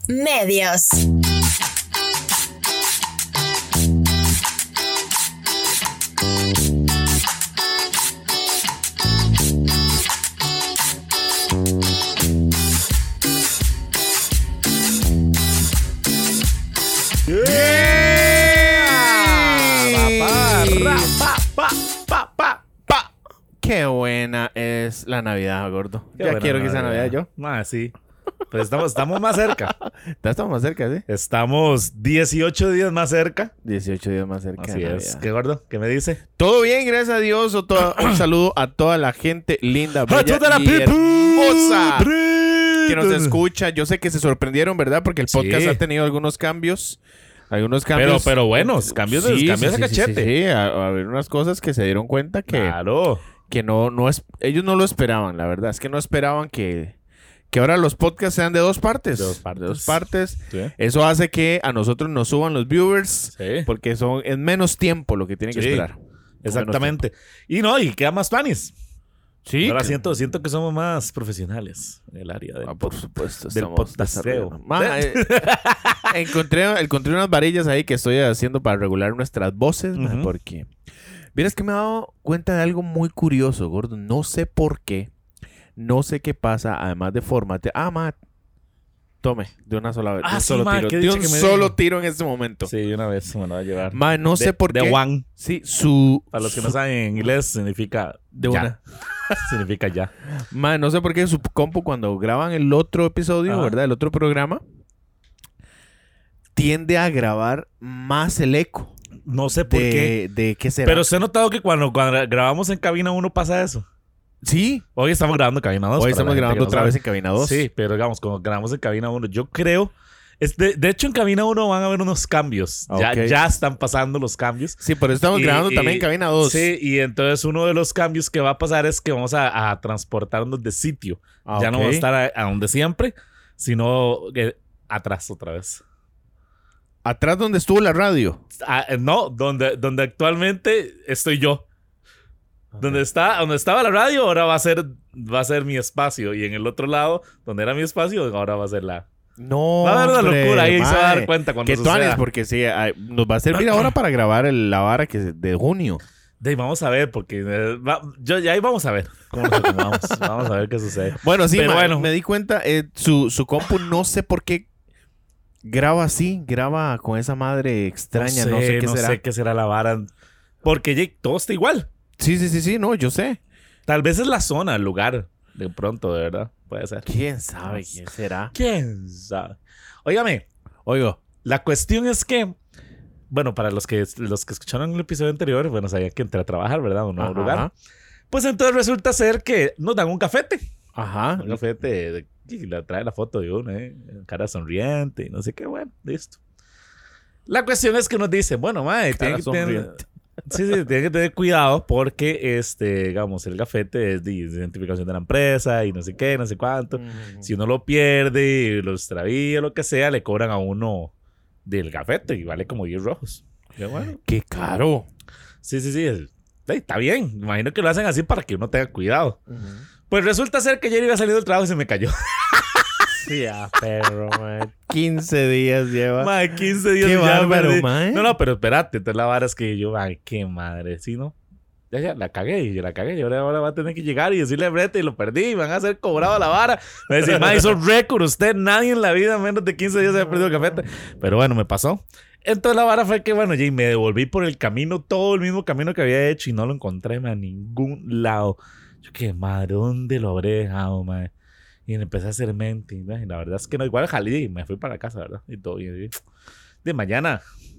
Medios. Qué buena es la Navidad, gordo. Qué Ya buena quiero que sea Navidad yo. Sí. Pues estamos más cerca. Ya estamos más cerca, ¿sí? Estamos 18 días más cerca. 18 días más cerca. Así de es. Navidad. ¿Qué gordo? ¿Qué me dice? Todo bien, gracias a Dios. Un saludo a toda la gente linda, bella toda la y hermosa people. que nos escucha. Yo sé que se sorprendieron, ¿verdad? Porque el podcast Sí. ha tenido algunos cambios. Pero buenos, cambios de cachete. Sí, a ver unas cosas que se dieron cuenta que, Claro. que no es, ellos no lo esperaban, la verdad. Es que no esperaban que ahora los podcasts sean de dos partes. De dos partes. Sí. Sí. Eso hace que a nosotros nos suban los viewers Sí. porque es menos tiempo lo que tienen que Sí. esperar. Exactamente. Y queda más planes. Sí. Ahora que- siento que somos más profesionales en el área del por supuesto. del estamos podcasteo. desarrollando. Encontré unas varillas ahí que estoy haciendo para regular nuestras voces, Ujú. porque vieras que me he dado cuenta de algo muy curioso, gordo. No sé por qué. No sé qué pasa, además de formato. Tome, de una sola vez. De un sí, solo ma, tiro. qué De dicha un que me solo dijo. tiro en este momento. Sí, una vez me lo va a llevar. Ma, no sé por qué. De one. Sí, Para los que no saben en inglés, significa De ya. una. Significa ya. Ma, no sé por qué su compu cuando graban el otro episodio, Ajá. ¿verdad? El otro programa, tiende a grabar más el eco. No sé por qué. ¿De qué será? Pero se ha notado que cuando grabamos en cabina 1 pasa eso. Sí. Hoy estamos grabando en cabina 2. Hoy estamos grabando otra vez en cabina 2. Sí, pero digamos, cuando grabamos en cabina 1, yo creo. De hecho, en cabina 1 van a haber unos cambios. Ok. Ya están pasando los cambios. Sí, por eso estamos grabando también en cabina 2. Sí, y entonces uno de los cambios que va a pasar es que vamos a transportarnos de sitio. Ya no ok. vamos a estar a donde siempre, sino atrás otra vez. Atrás donde estuvo la radio. No, donde actualmente estoy yo. Donde estaba la radio, ahora va a ser mi espacio. Y en el otro lado, donde era mi espacio, ahora va a ser la... No, Va a haber una hombre, locura. Ahí se va a dar mae. cuenta cuando Que suceda. tuanes, porque sí, nos va a servir ahora para grabar la vara que es de junio. Vamos a ver, porque ahí vamos a ver cómo nos acomodamos. Vamos a ver qué sucede. Bueno, sí, Pero mae, bueno. me di cuenta, su compu no sé por qué graba así, graba con esa madre extraña, no sé qué será. No sé qué será la vara. Porque todo está igual. Sí, no, yo sé. Tal vez es la zona, el lugar. De pronto, de verdad. Puede ser. ¿Quién sabe quién será? ¿Quién sabe? Óigame, Oigo. la cuestión es que, bueno, para los que escucharon el episodio anterior, bueno, sabía que entré a trabajar, ¿verdad? Un nuevo Ajá. lugar. Pues entonces resulta ser que nos dan un cafete. Ajá. Un cafete y le trae la foto de uno, cara sonriente y no sé qué, bueno, listo. La cuestión es que nos dicen, bueno, mae, Cara tiene que tener... sonriente. Sí, tiene que tener cuidado porque, digamos, el gafete es de identificación de la empresa y no sé qué, no sé cuánto. Si uno lo pierde, lo extravía, lo que sea, le cobran a uno del gafete y vale como 10 rojos. Qué bueno. Qué caro. Sí. Está bien. Imagino que lo hacen así para que uno tenga cuidado. Pues resulta ser que ayer iba saliendo del trabajo y se me cayó. Sí, perro, man. 15 días lleva. Mae, 15 días Qué y ya bárbaro, perdí. mae. No, pero espérate. Entonces la vara es que yo, ay, qué madre, ¿sí, no? Ya, la cagué. Y ahora va a tener que llegar y decirle a Brete y lo perdí. Y van a ser cobrado la vara. Me decir, mae, hizo récord. Usted, nadie en la vida, menos de 15 días se ha perdido el café. Pero bueno, me pasó. Entonces la vara fue que, bueno, y me devolví por el camino, todo el mismo camino que había hecho y no lo encontré, mae, a ningún lado. Yo, qué madre, ¿dónde lo habré dejado, mae? Y empecé a hacer mente. Y la verdad es que no, igual jalé y me fui para casa, ¿verdad? Y todo bien. De mañana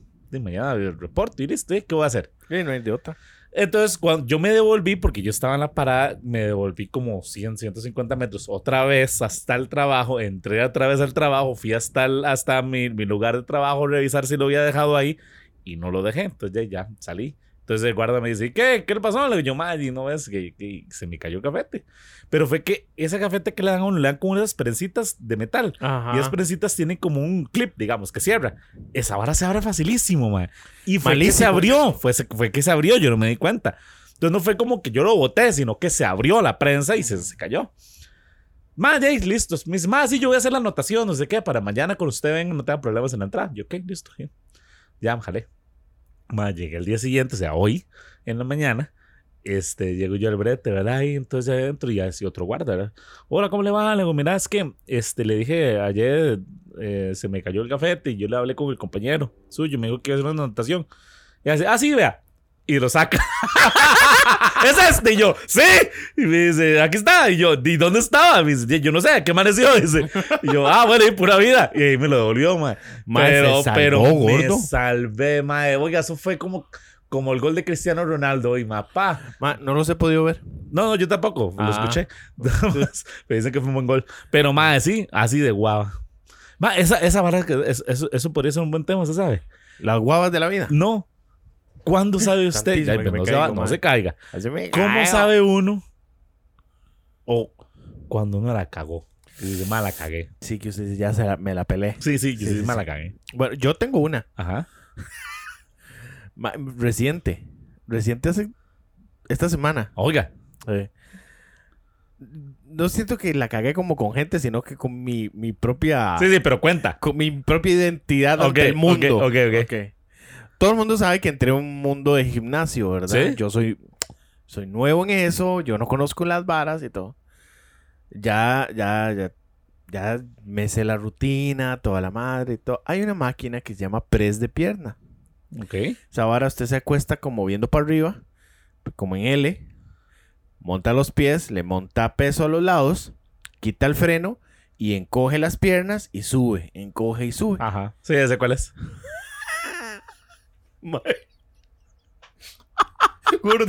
el reporte y listo. ¿Qué voy a hacer? Sí, no hay de otra. Entonces, cuando yo me devolví, porque yo estaba en la parada, me devolví como 150 metros otra vez hasta el trabajo. Entré otra vez al trabajo, fui hasta mi lugar de trabajo, revisar si lo había dejado ahí y no lo dejé. Entonces ya salí. Entonces el guarda me dice, ¿qué le pasó? Le digo yo, madre, no ves que se me cayó el cafete. Pero fue que ese cafete que le dan a uno, le dan como unas prensitas de metal. Ajá. Y esas prensitas tienen como un clip, digamos, que cierra. Esa vara se abre facilísimo, man. Y fue que se abrió. Fue que se abrió, yo no me di cuenta. Entonces no fue como que yo lo boté, sino que se abrió la prensa y se cayó. Más, ya, listo. Me dice, más, sí, yo voy a hacer la anotación, no sé qué, para mañana cuando usted venga no tenga problemas en la entrada. Yo, ok, listo. Sí. Ya, me jalé. Más, llegué el día siguiente, o sea, hoy, en la mañana. Llego yo al brete, ¿verdad? Y entonces adentro y así otro guarda, ¿verdad? Hola, ¿cómo le va? Le digo, mira, es que le dije ayer, se me cayó el gafete y yo le hablé con el compañero suyo, me dijo que iba a hacer una anotación. Y hace, sí, vea. Y lo saca. ¿Es este? Y yo, sí. Y me dice, aquí está. Y yo, ¿y dónde estaba? Me dice, yo no sé, ¿qué amaneció? Dice. Y yo, bueno, y pura vida. Y ahí me lo devolvió, mae. Pero me salvé, mae. Oiga, eso fue como el gol de Cristiano Ronaldo y mapá. No los he podido ver. No, yo tampoco. Lo escuché. Me dicen que fue un buen gol. Pero, mae, sí, así de guava. Ma, esa vara, eso podría ser un buen tema, ¿se sabe? Las guavas de la vida. No. ¿Cuándo sabe usted? Ay, no se caiga. ¿Cómo sabe uno? O cuando uno la cagó. Y dice, la cagué. Sí, que usted ya me la pelé. Sí, yo sí, la cagué. Bueno, yo tengo una. Ajá. Reciente hace esta semana. Oiga. No siento que la cagué como con gente, sino que con mi propia... Sí, pero cuenta. Con mi propia identidad ante el mundo. Ok. Todo el mundo sabe que entré a un mundo de gimnasio, ¿verdad? ¿Sí? Yo soy nuevo en eso, yo no conozco las varas y todo. Ya me sé la rutina, toda la madre y todo. Hay una máquina que se llama press de pierna. Ok. Esa vara usted se acuesta como viendo para arriba, como en L, monta los pies, le monta peso a los lados, quita el freno y encoge las piernas y sube, encoge y sube. Ajá. Sí, ya sé cuál es. Gordo.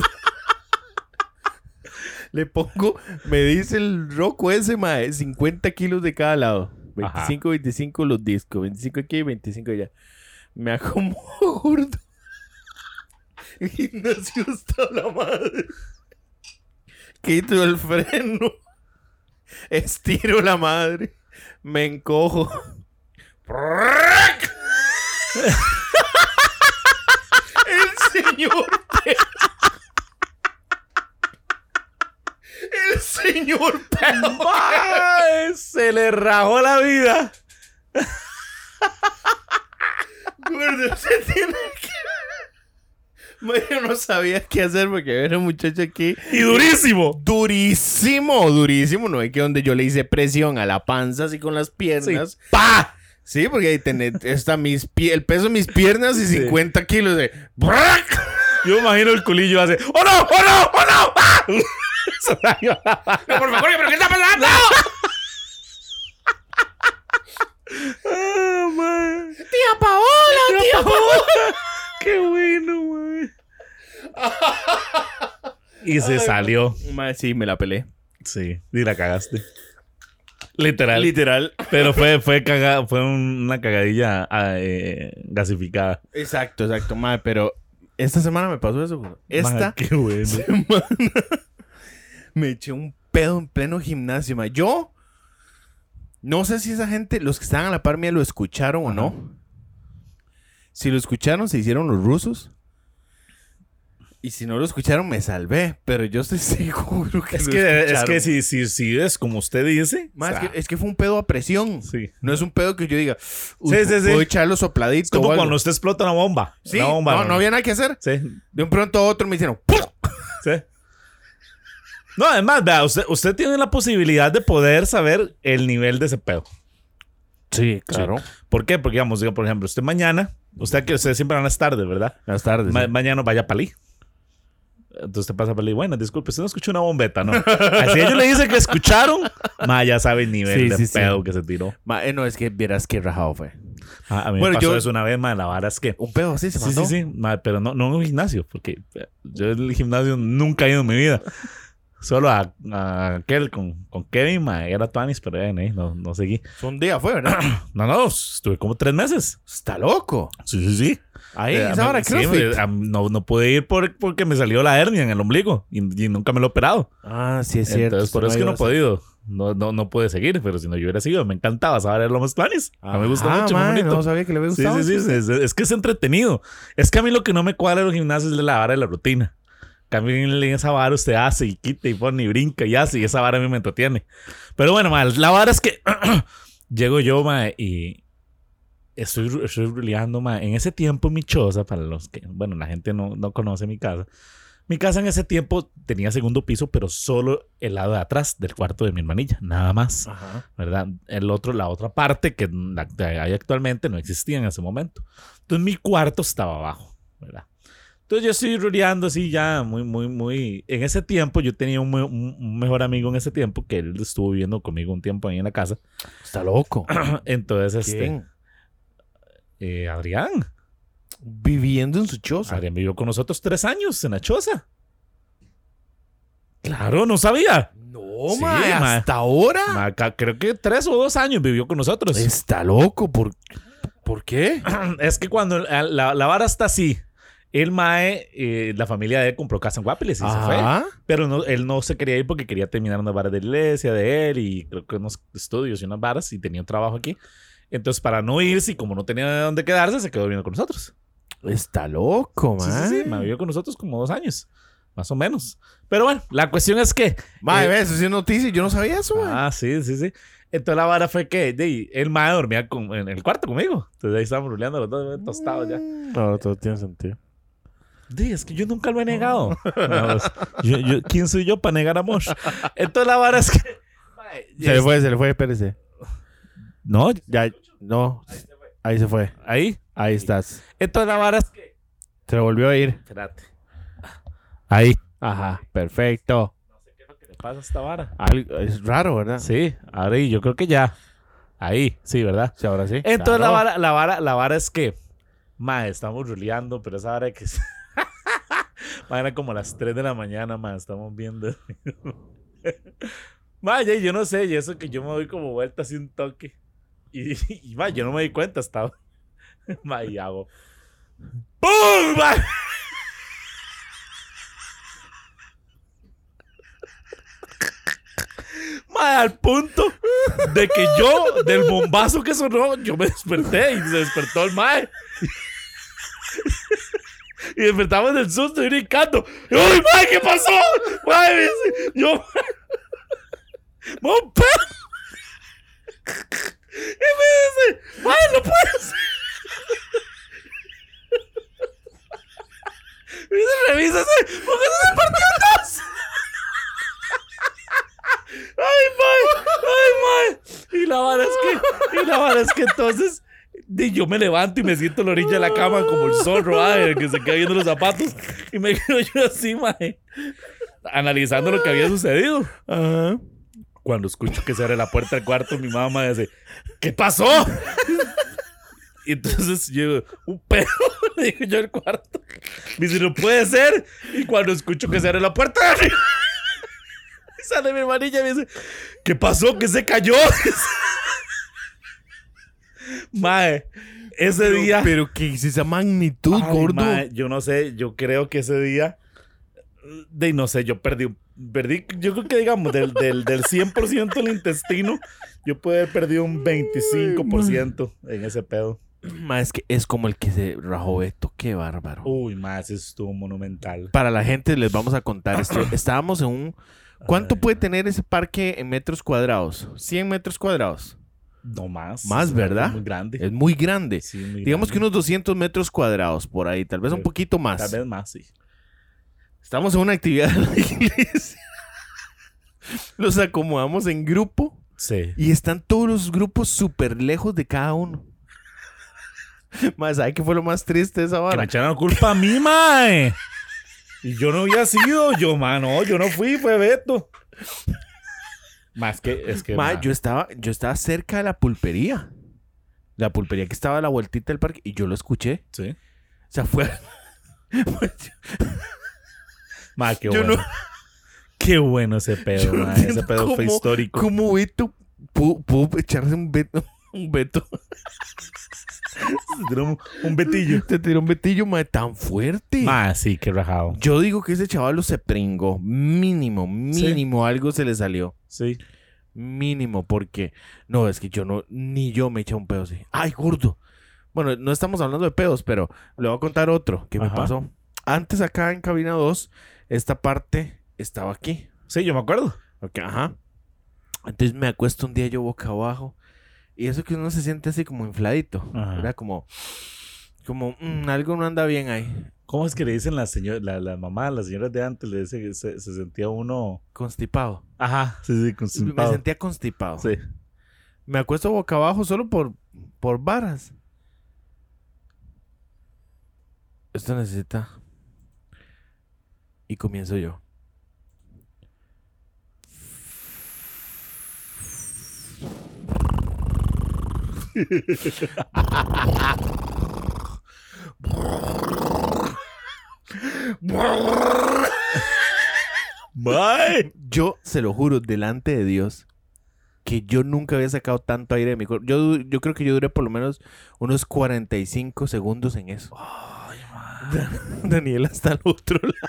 Le pongo, me dice el roco ese, mae, 50 kilos de cada lado. 25, 25 los discos, 25 aquí y 25 allá. Me acomodo, gordo. El gimnasio está la madre. Quito el freno. Estiro la madre. Me encojo. El señor El señor Ay, se le rajó la vida. Gordo, se tiene que... Yo no sabía qué hacer porque había un muchacho aquí. Y durísimo. Durísimo. No es que donde yo le hice presión a la panza así con las piernas. Sí. ¡Pah! Sí, porque ahí está el peso de mis piernas y 50 kilos de... Yo imagino el culillo hace... ¡Oh, no! ¡Oh, no! ¡Oh, no! ¡Ah! No, por favor, ¿pero qué está pasando? ¡Ah, man! ¡Tía Paola! ¡Qué bueno, güey! Y se salió. Sí, me la pelé. Sí, y la cagaste. Literal. Pero fue una cagadilla gasificada. Exacto, madre. Pero esta semana me pasó eso, güey. Qué bueno. Semana me eché un pedo en pleno gimnasio, madre. Yo no sé si esa gente, los que estaban a la par mía, lo escucharon o no. Si lo escucharon, se hicieron los rusos. Y si no lo escucharon, me salvé. Pero yo estoy seguro que es que si es como usted dice. Más, es que fue un pedo a presión. Sí. No es un pedo que yo diga, puedo echarlo sopladito. Es como cuando usted explota una bomba. Sí, una bomba, no había nada que hacer. Sí. De un pronto a otro me hicieron ¡pum! Sí. No, además, vea, usted tiene la posibilidad de poder saber el nivel de ese pedo. Sí, claro. Sí. ¿Por qué? Porque, digamos, por ejemplo, usted mañana, usted siempre van las tardes, ¿verdad? Las tardes. Mañana vaya a Palí. Entonces te pasa a Palí. Bueno, disculpe, usted no escuchó una bombeta, ¿no? Así ellos le dicen que escucharon, ya sabe el nivel de pedo que se tiró. No, es que vieras que rajado fue. A mí me pasó eso una vez, la vara es que... Un pedo así se mandó. Sí, pero no en un gimnasio, porque yo en el gimnasio nunca he ido en mi vida. Solo a aquel con Kevin, era Tuanis, pero no seguí. Un día fue, ¿verdad? No, estuve como 3 meses. ¿Está loco? Sí. Ahí, esa hora CrossFit. No pude ir porque me salió la hernia en el ombligo y nunca me lo he operado. Ah, sí es cierto. Entonces, por eso es que no he podido. No pude seguir, pero si no yo hubiera seguido, me encantaba saber los Tuanis. A mí me gusta mucho, muy bonito. No sabía que le había gustado. Sí, es que es entretenido. Es que a mí lo que no me cuadra en los gimnasios es la vara de la rutina. cambio en esa vara usted hace y quita y pone y brinca y hace y esa vara a mí me entretiene. Pero bueno, ma, la vara es que llego yo, ma, y estoy ruleando, ma. En ese tiempo mi choza, para los que, bueno, la gente no conoce mi casa. Mi casa en ese tiempo tenía segundo piso, pero solo el lado de atrás del cuarto de mi hermanilla, nada más. Ajá. ¿Verdad? La otra parte que hay actualmente no existía en ese momento. Entonces mi cuarto estaba abajo, ¿verdad? Entonces yo estoy rodeando así ya muy... En ese tiempo yo tenía un mejor amigo en ese tiempo que él estuvo viviendo conmigo un tiempo ahí en la casa. Está loco. Entonces, ¿Quién? Adrián. Viviendo en su choza. Adrián vivió con nosotros 3 años en la choza. Claro, no sabía. No, Sí, ma, ma. hasta ahora. Ma, creo que 3 o 2 años vivió con nosotros. Está loco. ¿Por qué? Es que cuando la vara está así, el mae, la familia de él compró casa en Guapiles y se fue. Pero él no se quería ir porque quería terminar unas varas de iglesia de él y creo que unos estudios y unas varas y tenía un trabajo aquí. Entonces, para no irse y como no tenía de dónde quedarse, se quedó viviendo con nosotros. Está loco, man. Sí. Me vivió con nosotros como 2 años, más o menos. Pero bueno, la cuestión es que... Mae, eso es noticia. Yo no sabía eso, man. Ah, sí. Entonces la vara fue que el mae dormía en el cuarto conmigo. Entonces ahí estábamos ruleando los dos tostados ya. No, todo tiene sentido. Es que yo nunca lo he negado. No, ¿quién soy yo para negar amor? Entonces la vara es que... Se le fue, espérese. No, Ya, no. Ahí se fue. ahí. Ahí estás. Entonces la vara es que... Se volvió a ir. Espérate. Ahí. Ajá, perfecto. No sé qué es lo que le pasa a esta vara. Es raro, ¿verdad? Sí, ahora yo creo que ya. Ahí, sí, ¿verdad? Sí, ahora sí. Entonces Claro. la vara es que, mae, estamos ruleando, pero esa vara que es... mae, era como las 3 de la mañana, mae, estamos viendo. Mae, yo no sé, y eso que yo me doy como vuelta así un toque. Y mae, yo no me di cuenta hasta... mae, y hago... ¡Pum! Mae. Mae, al punto de que yo, del bombazo que sonó, yo me desperté y se despertó el mae. Y despertamos del susto y brincando. ¡Uy, mae, qué pasó! Mae, me dice, yo... ¡Un pedo! Y me dice, mae, no puede ser. Me dice, revísase, ¿por qué se despertaron todos? ¡Ay, mae! Y la vara es que entonces yo me levanto y me siento en la orilla de la cama como el zorro, el que se queda viendo los zapatos. Y me quedo yo así, mae, analizando lo que había sucedido. Ajá. Cuando escucho que se abre la puerta del cuarto, mi mamá me dice, ¿qué pasó? Y entonces yo, un pedo, le digo yo al cuarto. Me dice, no puede ser. Y cuando escucho que se abre la puerta de arriba, sale mi hermanilla y me dice, ¿qué pasó? ¿Qué se cayó? Mae, ese día... Pero ¿qué es esa magnitud, Ay, gordo? mae, yo no sé, yo creo que ese día... no sé, yo perdí, yo creo que digamos, del 100% del intestino, yo pude haber perdido un 25% en ese pedo. Ma, es que es como el que se rajó Beto. Qué bárbaro. Uy, mae, eso estuvo monumental. Para la gente les vamos a contar esto. Estábamos en un... ¿Cuánto puede tener ese parque en metros cuadrados? 100 metros cuadrados. No más. Más, ¿verdad? Es muy grande. Es muy grande. Sí, muy Digamos que grande. unos 200 metros cuadrados por ahí. Tal vez un poquito más. Tal vez más, sí. Estamos en una actividad de la iglesia. Los acomodamos en grupo. Sí. Y están todos los grupos súper lejos de cada uno. Más, ¿sabes qué fue lo más triste de esa Que me vara? echaron culpa a mí, mae. Y yo no había sido, yo no fui, fue Beto. Más que, es que... Ma, mae, yo estaba cerca de la pulpería. La pulpería que estaba a la vueltita del parque. Y yo lo escuché. Sí. O sea, fue... Mae, qué Yo bueno. no- Qué bueno ese Yo pedo, no mae. entiendo Ese pedo fue histórico. ¿Cómo Beto pudo echarse un Beto? Un Beto. Se tiró un betillo. Te tiró un Betillo, ma, tan fuerte. Mae, sí, qué rajado. Yo digo que ese chaval se pringó. Mínimo algo se le salió. Sí. Mínimo, porque... No, es que ni yo me eché un pedo así. ¡Ay, gordo! Bueno, no estamos hablando de pedos, pero le voy a contar otro que me Ajá. pasó. Antes acá en Cabina 2 esta parte estaba aquí. Sí, yo me acuerdo. Ok, ajá. Entonces me acuesto un día yo boca abajo. Y eso que uno se siente así como infladito. Ajá. ¿Verdad? Como algo no anda bien ahí. ¿Cómo es que le dicen la mamá, las señoras de antes? Le dice que se sentía uno... Constipado. Ajá, sí, constipado. Me sentía constipado. Sí. Me acuesto boca abajo solo por varas. Esto necesita. Y comienzo yo. Bye. Yo se lo juro delante de Dios que yo nunca había sacado tanto aire de mi cuerpo. Yo creo que yo duré por lo menos unos 45 segundos en eso. Ay, Daniela está al otro lado.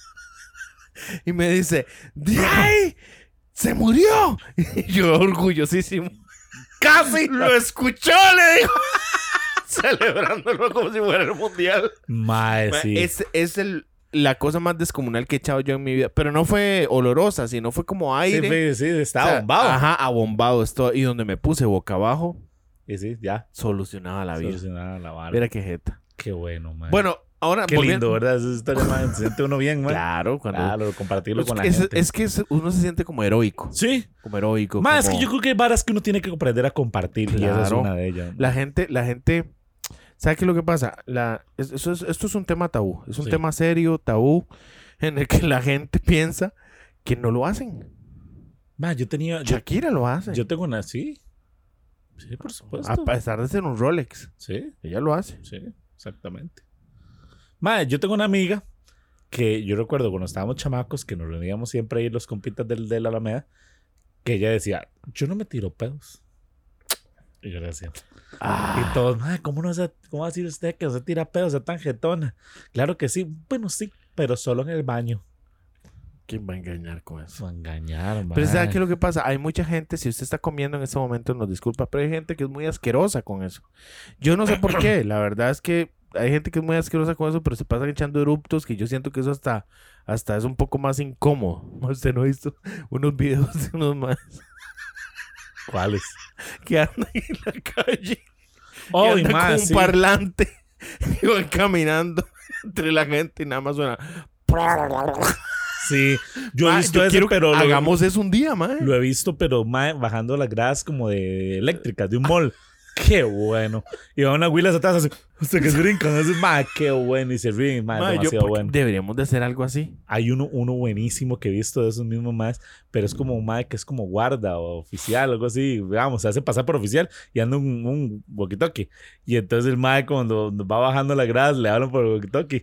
Y me dice, ¡ay! ¡Se murió! Y yo orgullosísimo. ¡Casi lo escuchó! Le digo. Celebrándolo como si fuera el mundial. Mae, sí. Es la cosa más descomunal que he echado yo en mi vida. Pero no fue olorosa, sino fue como aire. Sí, estaba bombado. Ajá, abombado esto. Y donde me puse boca abajo, Y sí, ya. solucionaba la vida. Solucionaba la vara. Mira qué jeta. Qué bueno, mae. Bueno, ahora... Qué lindo, ¿verdad? Esa historia, mae. Se siente uno bien, mae. Claro, Compartirlo con la gente. Es que uno se siente como heroico. Sí. Como heroico. Mae, es como- que yo creo que hay varas que uno tiene que aprender a compartir. Y esa es Claro. una de ellas. La gente... ¿Sabe qué es lo que pasa? Esto es un tema tabú. Es un Sí. tema serio, tabú, en el que la gente piensa que no lo hacen. Mae, yo Shakira lo hace. yo tengo una... Sí. Sí, por supuesto. A pesar de ser un Rolex. Sí. Ella lo hace. Sí, exactamente. Mae, yo tengo una amiga que yo recuerdo cuando estábamos chamacos que nos reuníamos siempre ahí los compitas de la Alameda, que ella decía, yo no me tiro pedos. Y yo le decía, y todos, mae, ¿cómo va a decir usted que se tira pedos, es tan jetona? Claro que sí, bueno, sí, pero solo en el baño. ¿Quién va a engañar con eso? Va a engañar, mae. Pero ¿sabe qué es lo que pasa? Hay mucha gente, si usted está comiendo en este momento, nos disculpa, pero hay gente que es muy asquerosa con eso. Yo no sé por qué. La verdad es que hay gente que es muy asquerosa con eso, pero se pasan echando eruptos que yo siento que eso hasta es un poco más incómodo. Usted no ha visto unos videos de unos más ¿Cuáles? que andan en la calle Oh, y y andan más, con un sí. parlante y van caminando entre la gente y nada más suena. Sí, yo he Ma, visto yo eso, quiero que pero hagamos eso un día, man. lo he visto, pero mae, bajando las gradas como de eléctricas, de un mall. Qué bueno. Y van unas huilas atrás así, hasta que se brincan. Así, mae, qué bueno. Y se ríen, mae, demasiado bueno. Deberíamos de hacer algo así. Hay uno buenísimo que he visto de esos mismos más, pero es como un mae que es como guarda o oficial, algo así. Vamos, se hace pasar por oficial y anda un walkie-talkie. Y entonces el mae cuando va bajando las gradas le hablan por el walkie-talkie.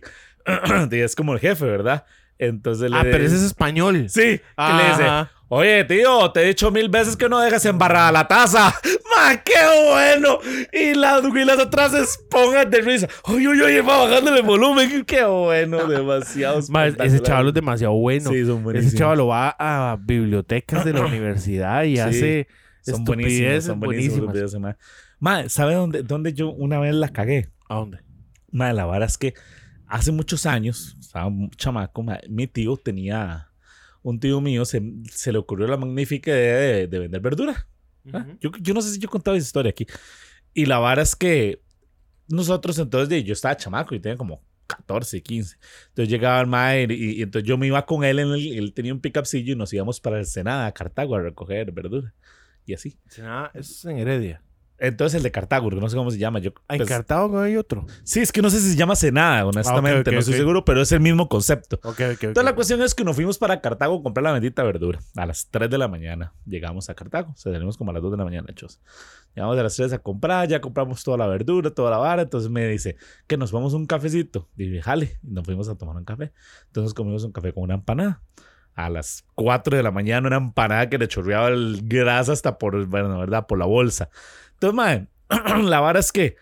Y es como el jefe, ¿verdad? Entonces Pero ese es español. Sí, que le dice, Ajá. oye, tío, te he dicho 1000 veces que no dejes embarrada la taza. ¡Ma, qué bueno! Y las huilas atrás se pongan de risa. Oye, va bajándole el volumen. ¡Qué bueno! Demasiado Ma, ese chaval es demasiado bueno. Sí, son buenísimos. Ese chaval lo va a bibliotecas de la universidad y Sí, hace son buenísimos, estupideces son buenísimos. los buenísimas. videos, ma, ¿sabe dónde yo una vez la cagué? ¿A dónde? Ma, la verdad es que hace muchos años, estaba un chamaco, ma, mi tío tenía... Un tío mío se le ocurrió la magnífica idea de vender verdura. ¿Ah? Yo no sé si yo he contado esa historia aquí. Y la vara es que nosotros entonces, yo estaba chamaco y tenía como 14, 15. Entonces llegaba el mae y entonces yo me iba con él, él tenía un pickupcillo y nos íbamos para el Senada, a Cartago, a recoger verdura. Y así. Eso es en Heredia. Entonces el de Cartago, que no sé cómo se llama. En Cartago hay otro. Sí, es que no sé si se llama Senada, honestamente. ok, no estoy ok. seguro, pero es el mismo concepto. Ok. Entonces la cuestión es que nos fuimos para Cartago a comprar la bendita verdura. A las 3 de la mañana llegamos a Cartago. O sea, salimos como a las 2 de la mañana, hechos. Llegamos a las 3 a comprar, ya compramos toda la verdura, toda la vara. Entonces me dice que nos vamos a un cafecito. Y dije, jale. Y nos fuimos a tomar un café. Entonces comimos un café con una empanada. A las 4 de la mañana una empanada que le chorreaba el grasa hasta por, bueno, ¿verdad? Por la bolsa. Entonces, madre, la vara es que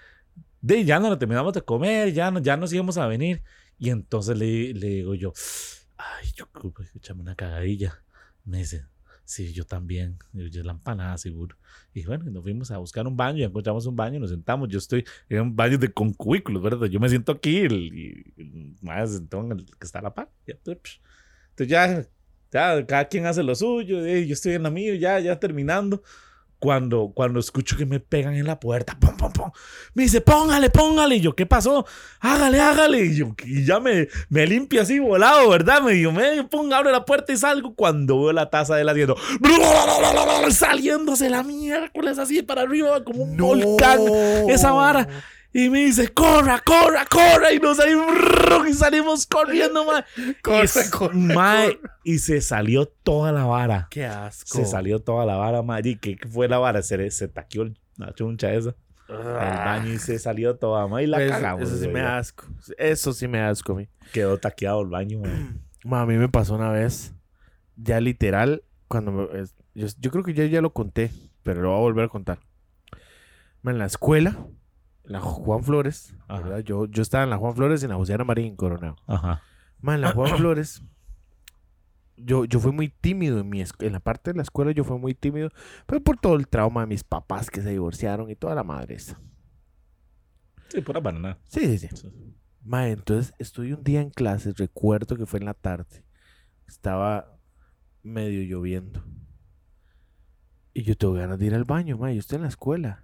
ya no lo terminamos de comer, ya nos íbamos a venir. Y entonces le digo yo, ay, yo creo que echame una cagadilla. Me dice, sí, yo también. Y yo, la empanada, seguro. Y bueno, nos fuimos a buscar un baño, y encontramos un baño, nos sentamos. Yo estoy en un baño con cubículos, ¿verdad? Yo me siento aquí y más sentado en el que está a la par. Y entonces, Entonces ya cada quien hace lo suyo. Yo estoy en la mía, ya terminando. Cuando escucho que me pegan en la puerta, ¡pum, pum, pum! Me dice, póngale. Y yo, ¿qué pasó? Hágale. Y ya me limpio así volado, ¿verdad? Medio, pum, abro la puerta y salgo. Cuando veo la taza de él haciendo, saliéndose la miércoles así para arriba como un volcán. Esa vara. Y me dice, corra. Y nos salimos, y salimos corriendo, mae. Corre. Y se salió toda la vara. Qué asco. Se salió toda la vara, mae. ¿Y qué fue la vara? Se taqueó la chuncha esa. El baño y se salió toda, mae. Y la cagamos. Eso sí me da asco. Eso sí me da asco a mí. Quedó taqueado el baño, mae. A mí me pasó una vez, ya literal, cuando yo creo que ya lo conté, pero lo voy a volver a contar. En la escuela, la Juan Flores, ¿verdad? Yo estaba en la Juan Flores y en la José Ana Marín, Coronado. Ajá. En la Juan Flores, yo fui muy tímido en la parte de la escuela. Yo fui muy tímido, pero por todo el trauma de mis papás que se divorciaron y toda la madre esa. Sí, pura banana. Sí. Entonces estoy un día en clases, recuerdo que fue en la tarde, estaba medio lloviendo y yo tengo ganas de ir al baño, yo estoy en la escuela.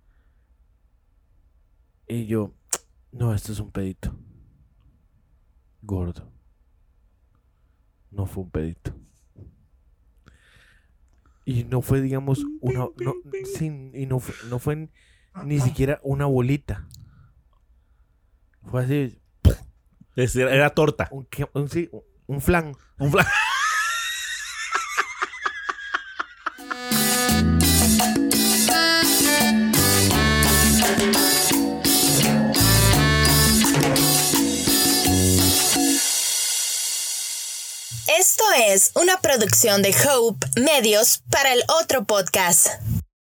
Y yo, no, esto es un pedito. Gordo. No fue un pedito. Y no fue, digamos, no fue ni siquiera una bolita. Fue así. Era torta. Un flan. Esto es una producción de Hope Medios para el Otro Podcast.